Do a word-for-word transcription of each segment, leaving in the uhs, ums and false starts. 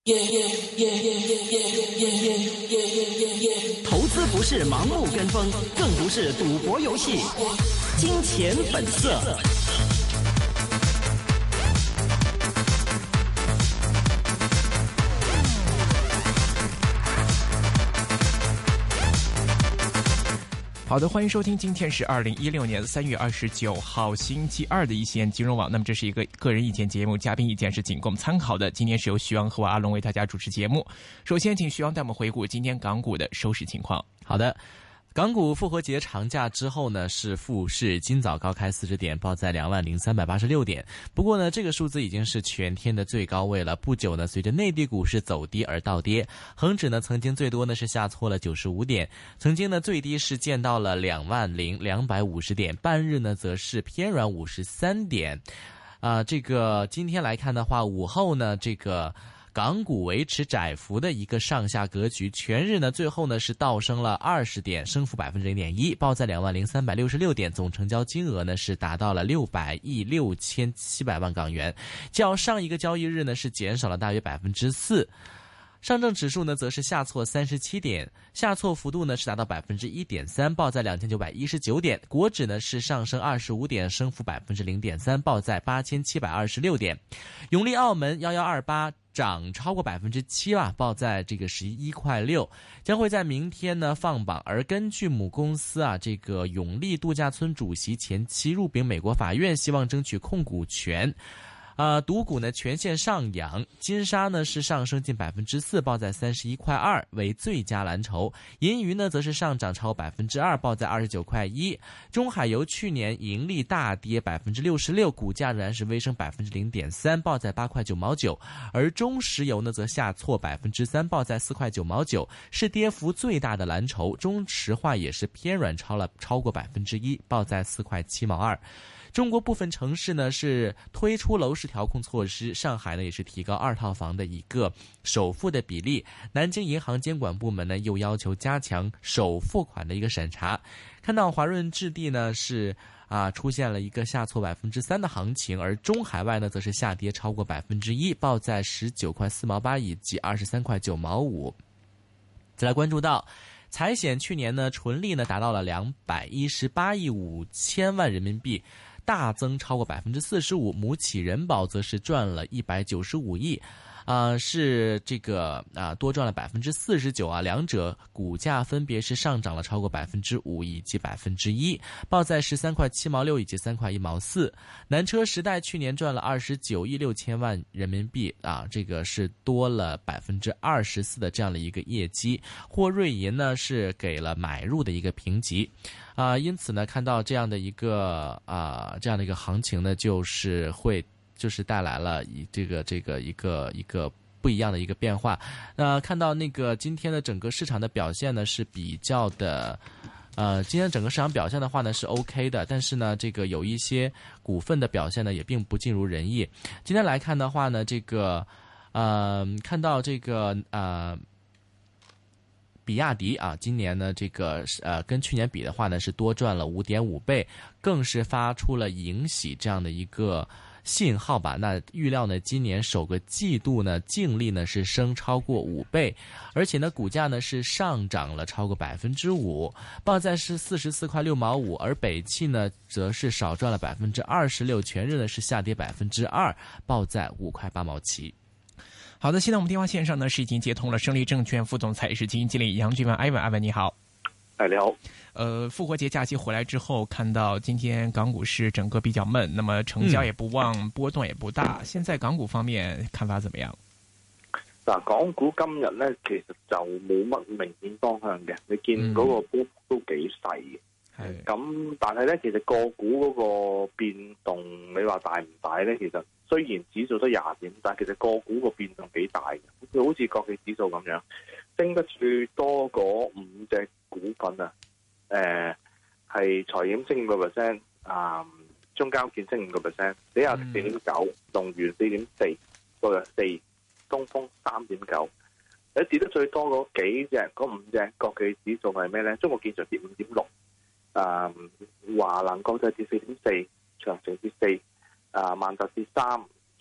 投资不是盲目跟风，更不是赌博游戏。金钱本色。好的，欢迎收听，今天是二零一六年三月二十九号星期二的一线金融网。那么这是一个个人意见节目，嘉宾意见是仅供参考的。今天是由徐阳和我阿龙为大家主持节目。首先请徐阳带我们回顾今天港股的收市情况。 好的，港股复活节长假之后呢，是复市，今早高开四十点，报在两万零三百八十六点。不过呢，这个数字已经是全天的最高位了。不久呢，随着内地股市走低而倒跌，恒指呢曾经最多呢是下挫了九十五点，曾经呢最低是见到了两万零两百五十点，半日呢则是偏软五十三点。啊、呃，这个今天来看的话，午后呢这个。港股维持窄幅的一个上下格局，全日呢最后呢是倒升了二十点，升幅百分之零点一，报在两万零三百六十六点，总成交金额呢是达到了六百亿六千七百万港元，较上一个交易日呢是减少了大约百分之四。上证指数呢则是下挫三十七点，下挫幅度呢是达到百分之一点三，报在两千九百一十九点。国指呢是上升二十五点，升幅百分之零点三，报在八千七百二十六点。永利澳门幺幺二八涨超过百分之七啊，报在这个十一块六，将会在明天呢放榜。而根据母公司啊，这个永利度假村主席前妻入禀美国法院，希望争取控股权。呃，赌股呢全线上扬，金沙呢是上升近百分之四，报在三十一块二，为最佳蓝筹。银娱呢则是上涨超百分之二，报在二十九块一。中海油去年盈利大跌百分之六十六，股价仍然是微升百分之零点三，报在八块九毛九。而中石油呢则下挫百分之三，报在四块九毛九，是跌幅最大的蓝筹。中石化也是偏软，超了超过百分之一，报在四块七毛二。中国部分城市呢是推出楼市调控措施，上海呢也是提高二套房的一个首付的比例，南京银行监管部门呢又要求加强首付款的一个审查。看到华润置地呢是啊出现了一个下挫百分之三的行情，而中海外呢则是下跌超过百分之一，报在十九块四毛八以及二十三块九毛五。再来关注到。财险去年呢纯利呢达到了两百一十八亿五千万人民币，大增超过百分之四十五。母企人保则是赚了一百九十五亿，啊、呃，是这个啊多赚了百分之四十九啊，两者股价分别是上涨了超过百分之五以及百分之一，报在十三块七毛六以及三块一毛四。南车时代去年赚了二十九亿六千万人民币啊，这个是多了百分之二十四的这样的一个业绩。或瑞银呢是给了买入的一个评级。啊、呃，因此呢，看到这样的一个啊、呃、这样的一个行情呢，就是会就是带来了以这个这个一个一个不一样的一个变化。那、呃、看到那个今天的整个市场的表现呢是比较的。呃，今天整个市场表现的话呢是 OK 的，但是呢，这个有一些股份的表现呢也并不尽如人意。今天来看的话呢，这个呃，看到这个呃。比亚迪啊，今年呢，这个呃，跟去年比的话呢，是多赚了五点五倍，更是发出了迎喜这样的一个信号吧。那预料呢，今年首个季度呢，净利呢是升超过五倍，而且呢，股价呢是上涨了超过百分之五，报在是四十四块六毛五。而北汽呢，则是少赚了百分之二十六，全日呢是下跌百分之二，报在五块八毛七。 好的，现在我们电话线上呢是已经接通了胜利证券副总裁也是基金经理杨俊文，艾文，艾文你好。 哎，你好。 呃，复活节假期回来之后，看到今天港股市整个比较闷，那么成交也不旺，嗯、波动也不大。现在港股方面看法怎么样？ 嗱，港股今日咧其實就冇乜明顯方向嘅，你見嗰個波幅都幾細嘅。係。咁但係咧，其實個股嗰個變動，你話大唔大咧？其實雖然指數得廿點，但其實個股個變動幾大嘅，佢好似國企指數咁樣，升得最多嗰五隻股份啊，誒、呃、係財險升五個 percent， 啊中交建升五個 percent， 比亞迪四點九，龍源四點四，個日四，東風三點九。你跌得最多嗰幾隻嗰五隻國企指數係咩咧？中國建材跌五點六，啊華能國際跌四點四，長城跌四。啊，萬達跌三，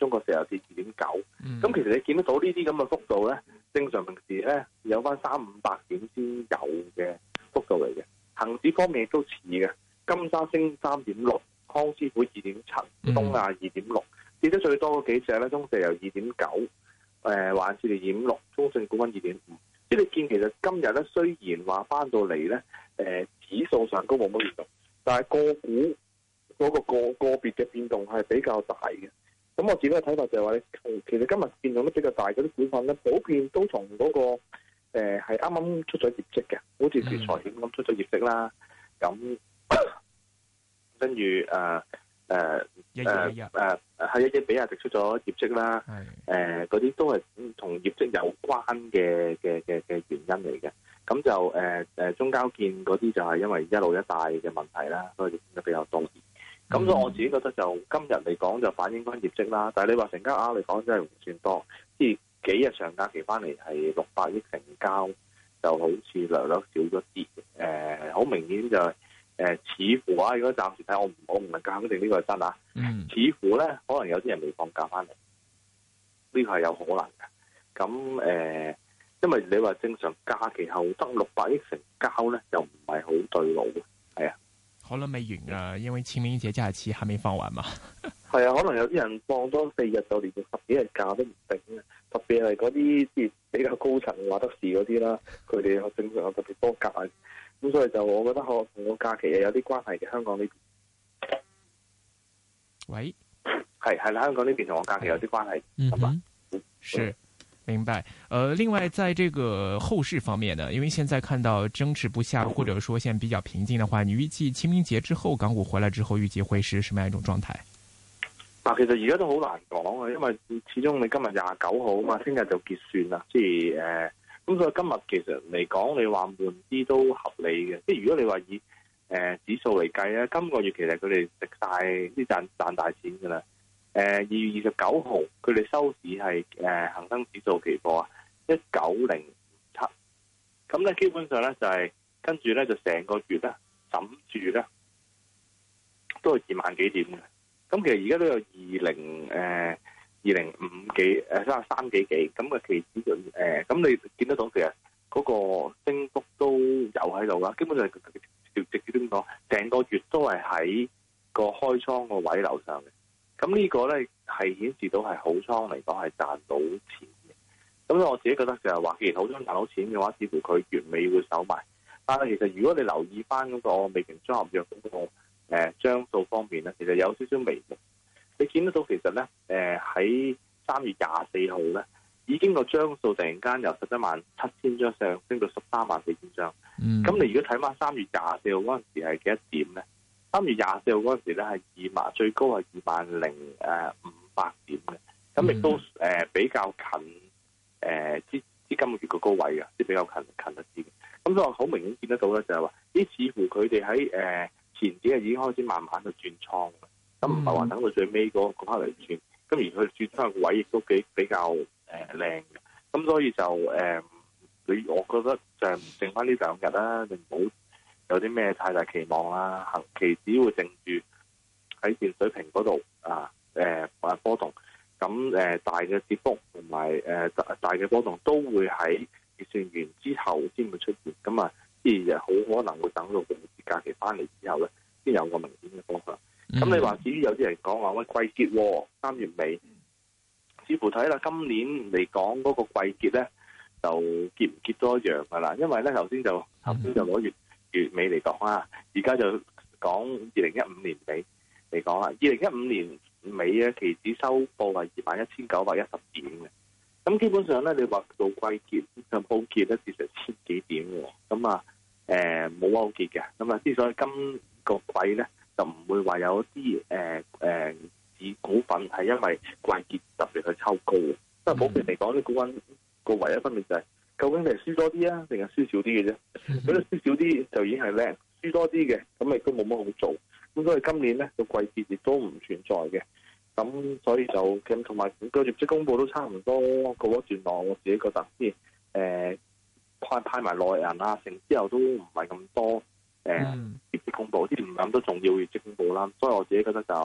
中國石油跌二點九。咁其實你見得到呢啲咁嘅幅度咧，正常平時咧有翻三五百點先有嘅幅度嚟嘅。恒指方面亦都似嘅，金沙升三點六，康師傅二點七，東亞二點六，跌得最多嗰幾隻咧，中石油二點九，誒環市二點六，中信股份二點五。即係你見其實今日咧，雖然話翻到嚟咧，誒、呃、指數上都冇乜變動，但係個股嗰個個個別嘅變動係比較大嘅。咁我自己嘅睇法就係話，其實今日變動都比較大嗰啲股份咧，普遍都同嗰、那個誒係啱啱出咗業績嘅，好似粵財險咁出咗業績啦。咁跟住誒誒誒誒誒係一隻比亞迪出咗業績啦。誒嗰啲都係同業績有關嘅嘅嘅嘅原因嚟嘅。咁就誒誒、呃、中交建嗰啲就係因為一路一帶嘅問題啦，所以變得比較多啲。咁、嗯、所以我自己覺得就今日嚟講就反映翻業績啦，但係你話成交額嚟講真係唔算多，即係幾日長假期翻嚟係六百億成交，就好似略略少咗啲。誒、呃，好明顯就係、是、誒、呃，似乎啊，如果暫時睇，我唔我唔能夠肯定呢個係真啊。嗯。似乎咧，可能有啲人未放假翻嚟，呢個係有可能嘅。咁誒、呃，因為你話正常假期後得六百億成交咧，又唔係好對路嘅，係啊。 可能未完啊，因為清明節假期還未放完嘛。 係啊，可能有啲人放多四日就連續十幾日假都唔定啊。特別係嗰啲即係比較高層話得事嗰啲啦，佢哋正常有特別多假，咁所以就我覺得可同個假期有啲關係嘅。香港呢邊， 喂， 係係啦，香港呢邊同我假期有啲關係，係嘛？ 嗯，是。明白，呃，另外，在這個後市方面呢，因為現在看到爭持不下，或者說現在比較平靜的話，你預計清明節之後港股回來之後，預計會是什麼樣一種狀態？ 嗱，其實而家都好難講啊，因為始終你今日廿九號啊嘛，聽日就結算啦，即係誒，咁、呃、所以今日其實嚟講，你話悶啲都合理嘅，即係如果你話以誒、呃、指數嚟計咧，今個月其實佢哋食晒啲賺賺大錢噶啦。誒，二月二十九號佢哋收市係誒恒生指數期貨啊，一九零七，咁咧基本上咧就係、是、跟住咧就成個月咧枕住咧都係二萬幾點嘅，咁其實而家都有二零誒二零五幾誒三十三幾幾，咁嘅期指就誒，咁你見得到其實嗰個升幅都有喺度啦，基本上直接點講，成個月都係喺個開倉個位樓上嘅。咁呢個咧係顯示到係好倉嚟講係賺到錢嘅。咁我自己覺得就係話，既然好倉賺到錢嘅話，似乎佢月尾會守埋。但係其實如果你留意翻嗰個未平倉合約嗰個誒張數方面咧，其實有少少微妙。你見得到其實咧誒喺三月廿四號咧，已經個張數突然間由十一萬七千張上升到十三萬四千張。咁、嗯、你如果睇翻三月廿四號嗰陣時係幾多點咧？三月廿四號嗰陣時咧係二萬，最高係二萬零誒五百點嘅，咁亦都誒、呃、比較近誒之之今個月嘅高位嘅，即係比較近近得啲嘅。咁所以我好明顯見得到咧，就係話啲似乎佢哋喺誒前幾日已經開始慢慢去轉倉，咁唔係話等到最尾嗰嗰刻嚟轉，咁而佢轉倉嘅位亦都幾比較誒靚嘅。咁所以就誒你、呃、我覺得就係剩翻呢兩日啦，你唔好有啲咩太大期望啦，恒期指會定住喺現水平嗰度啊，誒、呃、波動，咁誒、呃、大嘅跌幅同埋誒大嘅波動都會喺結算完之後先會出現，咁啊，即係好可能會等到個假期翻嚟之後咧，先有個明顯嘅方向。咁、嗯、你話至於有啲人講話喂季結三月尾，似乎睇啦，今年嚟講嗰個季結咧就結唔結都一樣噶啦，因為咧頭先就頭先就攞月。月尾嚟講啦，而家就講二零一五年尾嚟講啦。二零一五年尾咧，期指收報係二萬一千九百一十點嘅。咁基本上咧，你話到季結就報結咧，跌成千幾點喎。咁啊，誒冇歐結嘅。咁啊，之所以今個季咧就唔會話有啲誒誒指股份係因為季結特別去抽高嘅。因為普遍嚟講，啲股份個唯一分別就係、是。究竟你係輸多啲啊，定係輸少啲嘅啫？如果輸少啲就已經係靚，輸多啲嘅咁亦都冇乜好做。咁所以今年咧個季節亦都唔存在嘅。咁所以就咁同埋個業績公佈都差唔多告一段落。我自己覺得先誒派派埋內銀啊，成之後都唔係咁多誒、呃、業績公佈，啲唔係咁多重要業績公佈啦。所以我自己覺得就係話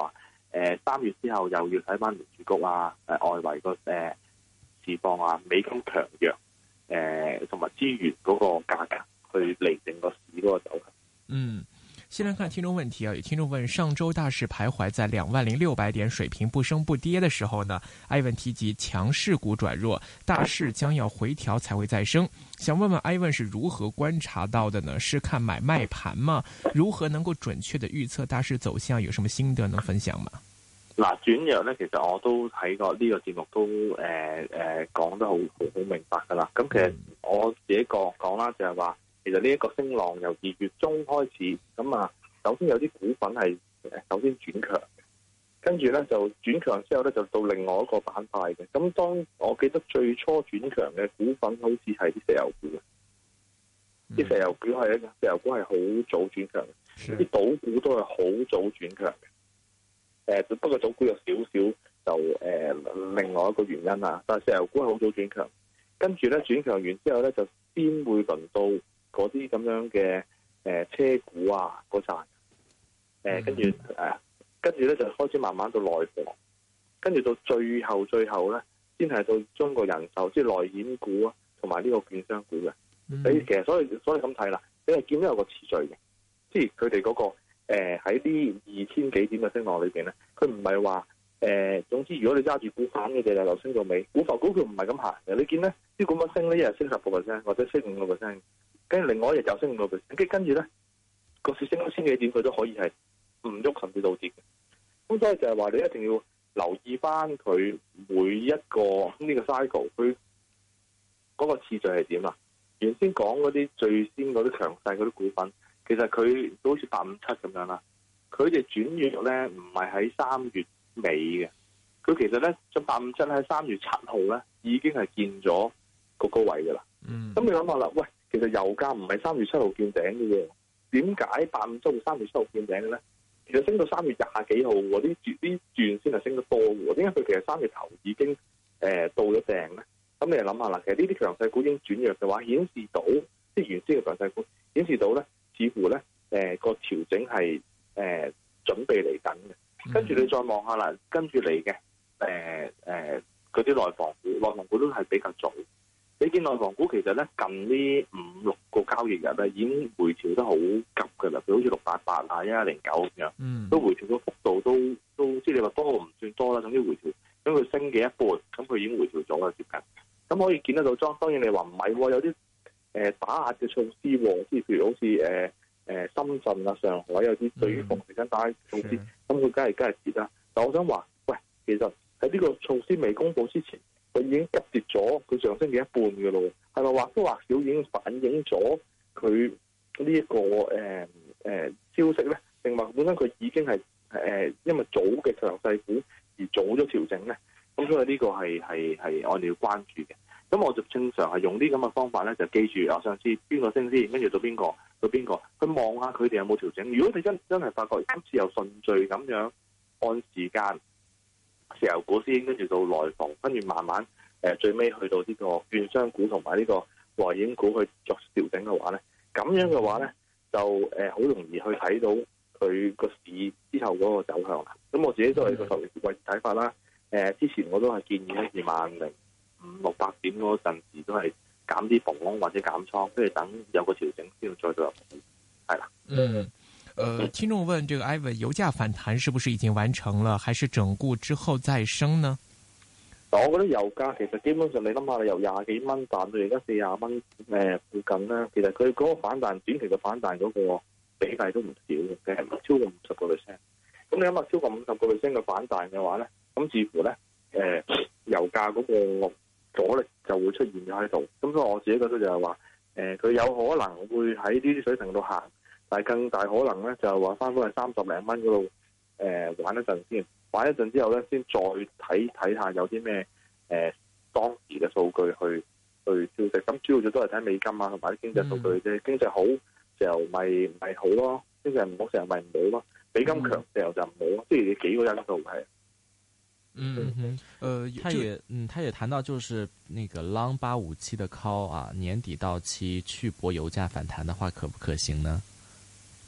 誒三月之後又要睇翻聯儲局啊，誒、呃、外圍個誒市況啊，美金強弱，誒同埋資源嗰個價格去釐定個市嗰個走向。 嗯。先來看聽眾問題啊，有聽眾問：上周大市徘徊在兩萬零六百點水平不升不跌的時候呢，Ivan提及強勢股轉弱，大市將要回調才會再升。想問問 Ivan 是如何觀察到的呢？是看買賣盤嗎？如何能夠準確的預測大市走向？有什麼心得能分享嗎？ 嗱，轉弱咧，其實我都睇過呢個節目都誒誒講得好好好明白噶啦。咁其實我自己講講啦，就係話。其實呢一個升浪由二月中開始，咁啊，首先有啲股份係首先轉強，跟住咧就轉強之後咧就到另外一個板塊嘅。咁當我記得最初轉強嘅股份好似係啲石油股嘅，啲、嗯、石油股係石油股係好早轉強嘅，啲賭股都係好早轉強嘅。誒，不過賭股有少少就誒、呃、另外一個原因啦，但係石油股係好早轉強，跟住咧轉強完之後咧就先會輪到嗰啲咁樣嘅誒、呃、車股啊嗰扎，誒跟住誒跟住咧就開始慢慢到內房，跟住到最後最後咧先係到中國人壽，即係內險股啊，同埋呢個券商股嘅。你、嗯、其實所以所以咁睇啦，你係見到有個次序嘅，即係佢哋嗰個誒喺啲二千幾點嘅升浪裏邊咧，佢唔係話誒總之如果你揸住股份嘅就由升到尾，股份股票唔係咁行嘅。你見咧啲股份升咧一日升十個 percent 或者升五個 percent。跟住另外一日又升五個 percent，跟跟住咧個市升咗千幾點，佢都可以係唔喐甚至到跌嘅。咁所以就係話你一定要留意翻佢每一個呢個 cycle，佢嗰個次序係點啦。原先講嗰啲最先嗰啲強勢嗰啲股份，其實佢都好似八五七咁樣啦。佢哋轉弱咧唔係喺三月尾嘅，佢其實咧將八五七喺三月七號咧已經係見咗個高位噶啦。嗯，咁你諗下啦，喂。其實油價唔係三月七號見頂嘅喎，點解八五七會三月七號見頂嘅咧？其實升到三月廿幾號喎，啲啲轉先係升得多嘅喎，點解佢其實三月頭已經誒、呃、到咗頂咧？咁你又諗下啦，其實呢啲強勢股已經轉弱嘅話，顯示到即係原先嘅強勢股顯示到咧，似乎咧誒個調整係誒、呃、準備嚟緊嘅。跟住你再望下啦，跟住嚟嘅誒誒嗰啲內房股，內房股都係比較早。你見內房股其實咧近呢五六個交易日咧已經回調得好急㗎啦，佢好似六八八啊、一一零九咁樣，嗯、都回調咗幅度都都即係你話多唔算多啦，總之回調，咁佢升嘅一半，咁佢已經回調咗啦接近。咁可以見得到，當當然你話唔係喎，有啲誒、呃、打壓嘅措施喎，即係譬如好似誒誒深圳啊、上海有啲對於房地產打壓措施，咁佢梗係梗係跌啦。但我想話，喂，其實喺呢個措施未公布之前，佢已經急跌咗，佢上升嘅一半嘅咯，係咪或多或少已經反映咗佢呢一個誒誒、呃呃、消息咧？定話本身佢已經係誒、呃、因為早嘅強勢股而早咗調整咧？咁所以呢個係係係我哋要關注嘅。咁我就正常係用啲咁嘅方法咧，就記住我上次邊個升先，跟住到邊個到邊個，去望下佢哋有冇調整。如果你真真係發覺今次有順序咁樣按時間。石油股先，跟住到內房，跟住慢慢誒、呃、最尾去到呢個券商股同埋呢個內險股去作調整嘅話咧，咁樣嘅話咧就誒好、呃、容易去睇到佢個市之後嗰個走向啦。咁我自己都係個特別位睇法啦。誒、呃、之前我都係建議咧二萬零五六百點嗰陣時都係減啲磅或者減倉，跟住等有個調整先再做入市，係啦。 嗯。呃，聽眾問：這個 Ivan 油價反彈是不是已經完成了，還是整固之後再升呢？ 我覺得油價其實基本上你諗下，你由廿幾蚊彈到而家四十蚊誒附近啦，其實佢嗰個反彈短期嘅反彈嗰個比例都唔少嘅，係超過五十個 percent。咁你諗下超過五十個 percent 嘅反彈嘅話咧，咁似乎咧誒、呃、油價嗰個阻力就會出現咗喺度。咁所以我自己覺得就係話誒佢有可能會喺呢啲水平度行。但係更大可能咧，就係話翻翻去三十零蚊嗰度，誒玩一陣先，玩一陣之後咧，先再睇睇下有啲咩誒當時嘅數據去去調整。咁主要就都係睇美金啊，同埋啲經濟數據啫。經濟好時候咪咪好咯，經濟唔好時候咪唔好咯。美金強時候就唔好咯，即係你幾個因素係。 嗯哼，呃，他也嗯，他也談到就是那個 Long 八五七的 call 啊，年底到期去搏油價反彈的話，可不可行呢？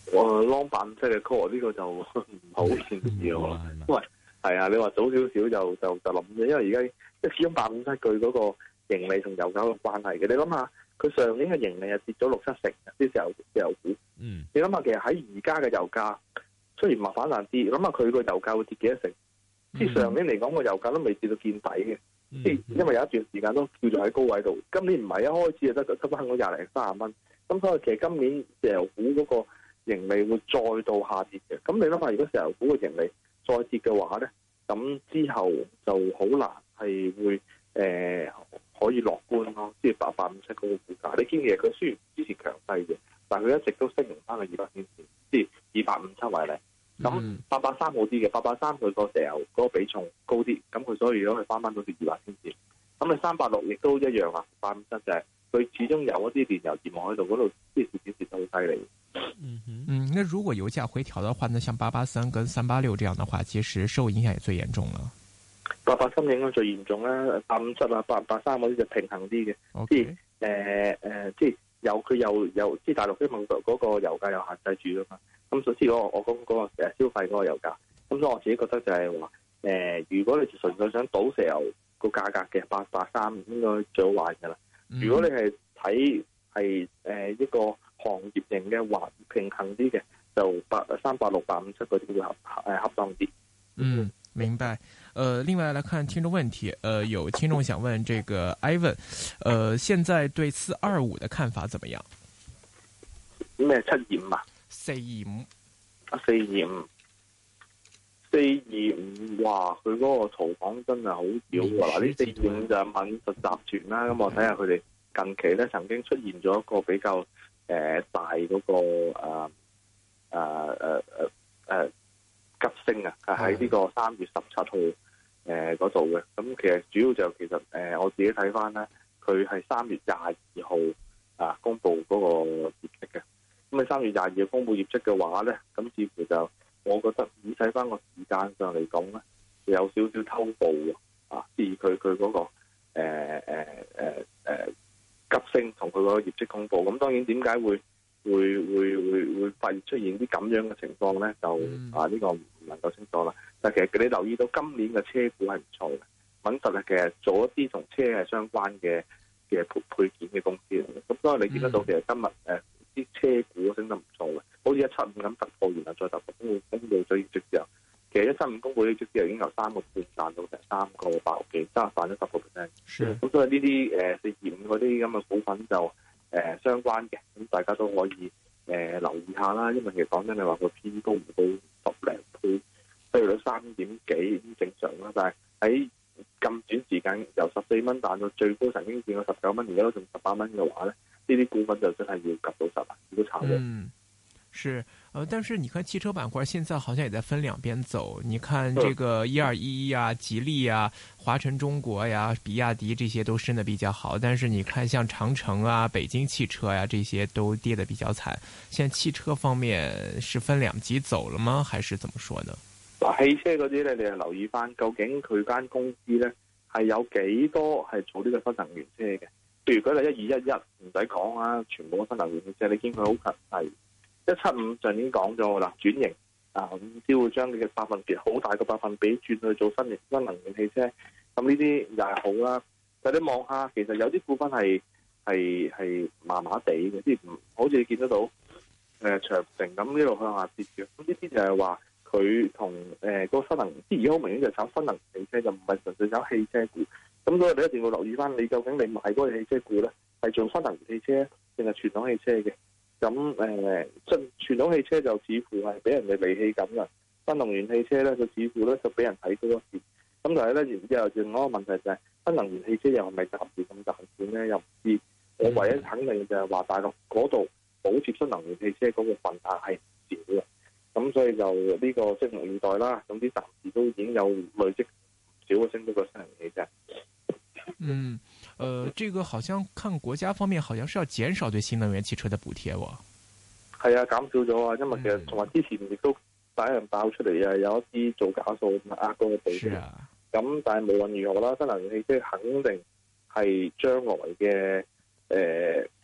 我 long 八五七嘅 call 呢個就唔好建議咯，因為係啊，你話早少少就就就諗啫，因為而家即係始終八五七佢嗰個盈利同油價有關係嘅。你諗下，佢上年嘅盈利係跌咗六七成，啲石油石油股。嗯，你諗下，其實喺而家嘅油價雖然麻反彈啲，諗下佢個油價會跌幾多成？即係、嗯、上年嚟講個油價都未跌到見底嘅，即係、嗯、因為有一段時間都叫做喺高位度。今年唔係一開始就得得翻嗰廿零三十蚊，咁所以其實今年石油股嗰個盈利會再度下跌嘅。咁你諗下，如果石油股嘅盈利再跌嘅話咧，咁之後就好難係會誒、呃、可以樂觀咯。即係八八五七嗰個股價，你見其實佢雖然之前強勢嘅，但係佢一直都升唔翻去二百天線，即係二百五七為例。咁八八三好啲嘅，八八三佢個石油嗰個比重高啲，咁佢所以如果佢翻翻到至二百天線，咁你三八六亦都一樣啊。八五七就係佢始終有一啲煉油業務喺度，嗰度啲事件跌得好犀利。 嗯嗯，那如果油價回調的話，那像八八三跟三八六這樣的話，其實受影響也最嚴重了。 八八三影響最嚴重啦，八五七啊、八八三嗰啲就平衡啲嘅，即係誒誒，即係有佢又有即係大陸因為嗰個油價有限制住噶嘛。咁所以我我講嗰個誒消費嗰個油價，咁所以我自己覺得就係話誒，如果你純粹想賭石油個價格嘅八八三應該最好玩噶啦。嗯、如果你係睇係誒一個行業型嘅話，平衡啲嘅就八三八六八五七嗰啲會合誒恰當啲。 嗯，明白。呃，另外來看聽眾問題，呃，有聽眾想問這個 Ivan， 呃，現在對四二五的看法怎麼樣？ 咩七二五啊？ 四二五啊，四二五，四二五，哇！佢嗰個圖講真係好屌喎！嗱，呢四二五就係敏實集團啦。咁我睇下佢哋近期咧曾經出現咗一個比較誒、呃、大嗰、那個誒誒誒誒誒急升啊，係喺呢個三月十七號誒嗰度嘅。咁、呃、其實主要就其實誒、呃、我自己睇翻咧，佢係三月廿二號啊公布嗰個業績嘅。咁你三月廿二號公布業績嘅話咧，咁似乎就我覺得以睇翻個時間上嚟講咧，有少少偷步喎，啊，即係佢佢嗰個誒誒誒誒急升同佢個業績公布。咁當然點解會會會會會發現出現啲咁樣嘅情況咧？就、嗯、啊呢、呢個唔能夠清楚啦。但係其實你留意到今年嘅車股係唔錯嘅，敏實係其實做一啲同車係相關嘅嘅配配件嘅公司嚟嘅。咁所以你見得到其實今日誒。呃啲車股升得唔錯嘅，好似一七五咁突破，然後再突破公布公布咗業績之後，其實一七五公布業績之後已經由三個半賺到成三個八毫幾，真係賺咗十個 percent。咁的所以呢啲誒四二五嗰啲咁嘅股份就誒、呃、相關嘅，咁大家都可以誒、呃、留意下啦。因為其實講真，你話佢 P 高唔高十零倍，譬如到三點幾咁正常啦。但係喺咁短時間由十四蚊彈到最高曾經見過十九蚊，而家都仲十八蚊嘅話咧。呢啲股份就真係要及到十萬，如果炒嘅。嗯， 是，呃，但是你看汽車板塊現在好像也在分兩邊走。你看這個一二一一啊、吉利啊、華晨中國呀、比亞迪這些都升得比較好，但是你看像長城啊、北京汽車呀、啊、這些都跌得比較慘。現在汽車方面是分兩級走了嗎？還是怎麼說呢？ 嗱，汽車嗰啲咧，你係留意翻，究竟佢間公司咧係有幾多係做呢個新能源車嘅？譬如佢係一二一一唔使講啦，全部都新能源汽車，你見佢好近係一七五就已經講咗啦，轉型啊，咁先會將你嘅百分比好大個百分比轉去做新型新能源汽車，咁呢啲又係好啦。但係你望下，其實有啲股份係係係麻麻地嘅，即係唔好似你見得到誒、呃、長城咁一路向下跌嘅。咁呢啲就係話佢同誒嗰個新能源，即係而家好明顯就炒新能源汽車，就唔係純粹炒汽車股。咁所以你一定要留意翻，你究竟你買嗰個汽車股咧，係做新能源汽車定係傳統汽車嘅？咁誒，傳傳統汽車就似乎係俾人哋離棄咁啦，新能源汽車咧就似乎咧就俾人睇高一線。咁但係咧，然之後另外一個問題就係、是、新能源汽車又係咪暫時咁賺錢咧？又唔知。我唯一肯定嘅就係話大陸嗰度補貼新能源汽車嗰個份額係少嘅。咁所以就呢個拭目以待啦。總之暫時都已經有累積少嘅升到個新能源汽車。 嗯，呃，這個好像看國家方面，好像是要減少對新能源汽車的補貼喎。 係啊，減少咗啊，因為其實同埋之前亦都有人爆出嚟啊，有一啲做假數咁呃嗰個補貼。咁、啊、但係無論如何啦，新能源汽車肯定係將來嘅誒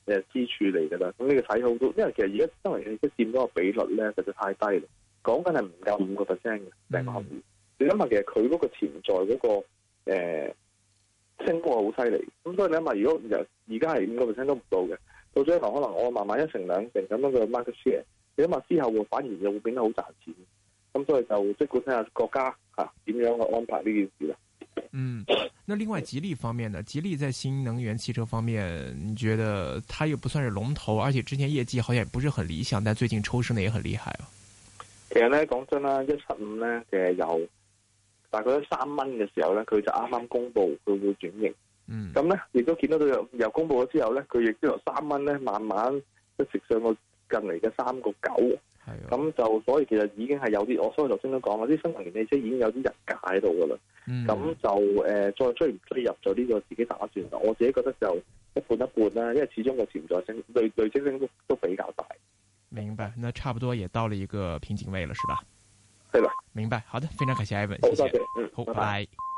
誒支柱嚟㗎啦。咁呢個睇好都，因為其實而家因為而家佔嗰個比率咧實在太低啦，講緊係唔夠五個 percent 嘅成個行業。嗯、你諗下，其實佢嗰個潛在嗰、那個誒、呃、升幅係好犀利。咁所以你諗下，如果由而家係五個 percent 都唔到嘅，到最後可能我慢慢一成兩成咁樣嘅 market share，你諗下之後會反而又會變得好賺錢。咁所以就即管睇下國家嚇點樣去安排呢件事啦。 嗯，那另外吉利方面呢？吉利在新能源汽車方面，你覺得它又不算是龍頭，而且之前業績好像也不是很理想，但最近抽升得也很厲害啊。 其實咧講真啦，一七五咧嘅由大概三蚊嘅時候咧，佢就啱啱公布佢會轉型。嗯，咁咧亦都見到佢由由公布咗之後咧，佢亦都由三蚊咧慢慢一直上到近嚟嘅三個九。係，咁就所以其實已經係有啲，我所以頭先都講啦，啲新能源汽車已經有啲日價喺度噶啦。咁、嗯、就誒、呃、再追唔追入咗呢個自己打算，我自己覺得就一半一半啦，因為始終個潛在性累累積性都都比較大。 明白，那差不多也到了一個瓶頸位了，是吧？ 係啦， 明白。好的，非常感謝 Ivan， 好， 謝謝。 多謝，嗯， 好，拜拜拜。 拜。